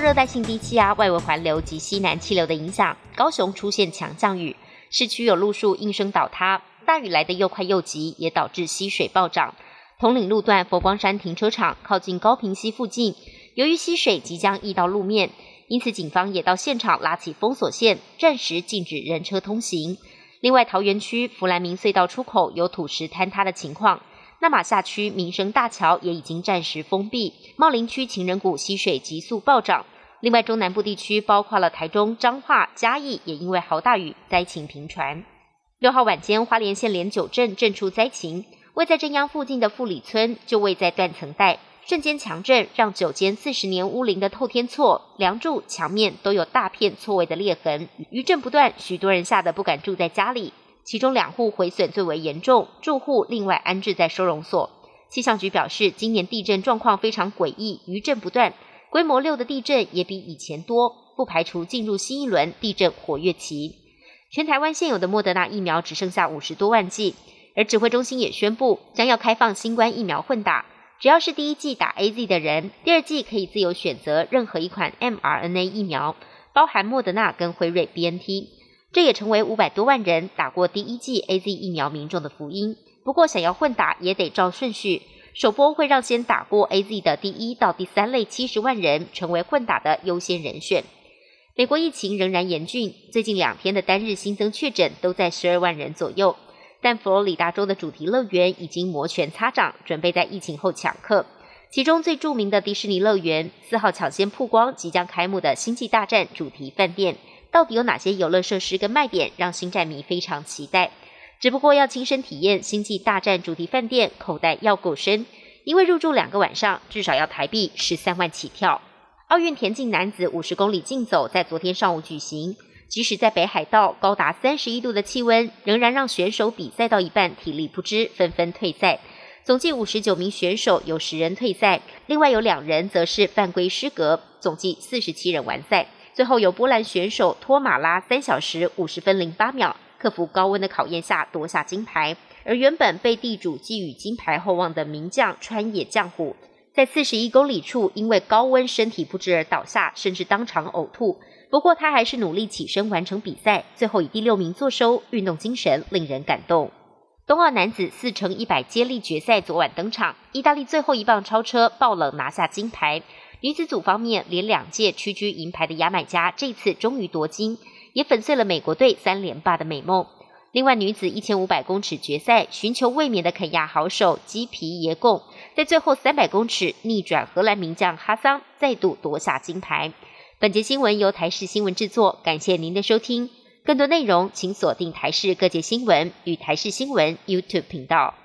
热带性低气压、外围环流及西南气流的影响，高雄出现强降雨，市区有路树应声倒塌，大雨来得又快又急，也导致溪水暴涨。统领路段佛光山停车场靠近高屏溪附近，由于溪水即将溢到路面，因此警方也到现场拉起封锁线，暂时禁止人车通行。另外，桃园区福兰明隧道出口有土石坍塌的情况，那马夏区民生大桥也已经暂时封闭，茂林区情人谷溪水急速暴涨。另外，中南部地区包括了台中、彰化、嘉义，也因为豪大雨灾情频传。6号晚间，花莲县连九镇震出灾情，位在镇央附近的富里村就位在断层带，瞬间强震让9间40年屋龄的透天厝、梁柱、墙面都有大片错位的裂痕，余震不断，许多人吓得不敢住在家里。其中2户毁损最为严重，住户另外安置在收容所。气象局表示，今年地震状况非常诡异，余震不断，规模6的地震也比以前多，不排除进入新一轮地震活跃期。全台湾现有的莫德纳疫苗只剩下50多万剂，而指挥中心也宣布将要开放新冠疫苗混打，只要是第1剂打 AZ 的人，第2剂可以自由选择任何一款 mRNA 疫苗，包含莫德纳跟辉瑞 BNT。这也成为500多万人打过第1剂 AZ 疫苗民众的福音。不过想要混打也得照顺序，首波会让先打过 AZ 的第1到第3类70万人成为混打的优先人选。美国疫情仍然严峻，最近2天的单日新增确诊都在12万人左右，但佛罗里达州的主题乐园已经摩拳擦掌，准备在疫情后抢客。其中最著名的迪士尼乐园4号抢先曝光即将开幕的星际大战主题饭店，到底有哪些游乐设施跟卖点让星战迷非常期待。只不过要亲身体验星际大战主题饭店，口袋要够深，因为入住2个晚上至少要台币13万起跳。奥运田径男子50公里竞走在昨天上午举行，即使在北海道高达31度的气温，仍然让选手比赛到一半体力不支，纷纷退赛。总计59名选手有10人退赛，另外有2人则是犯规失格，总计47人完赛。最后由波兰选手托马拉3小时50分08秒，克服高温的考验下夺下金牌。而原本被地主寄予金牌厚望的名将川野将虎，在41公里处因为高温身体不支而倒下，甚至当场呕吐。不过他还是努力起身完成比赛，最后以第6名作收，运动精神令人感动。冬奥男子4×100接力决赛昨晚登场，意大利最后一棒超车爆冷拿下金牌。女子组方面，连2届屈居银牌的牙买加这次终于夺金，也粉碎了美国队3连霸的美梦。另外，女子1500公尺决赛，寻求卫冕的肯亚好手基皮耶贡，在最后300公尺逆转荷兰名将哈桑，再度夺下金牌。本节新闻由台视新闻制作，感谢您的收听。更多内容请锁定台视各界新闻与台视新闻 YouTube 频道。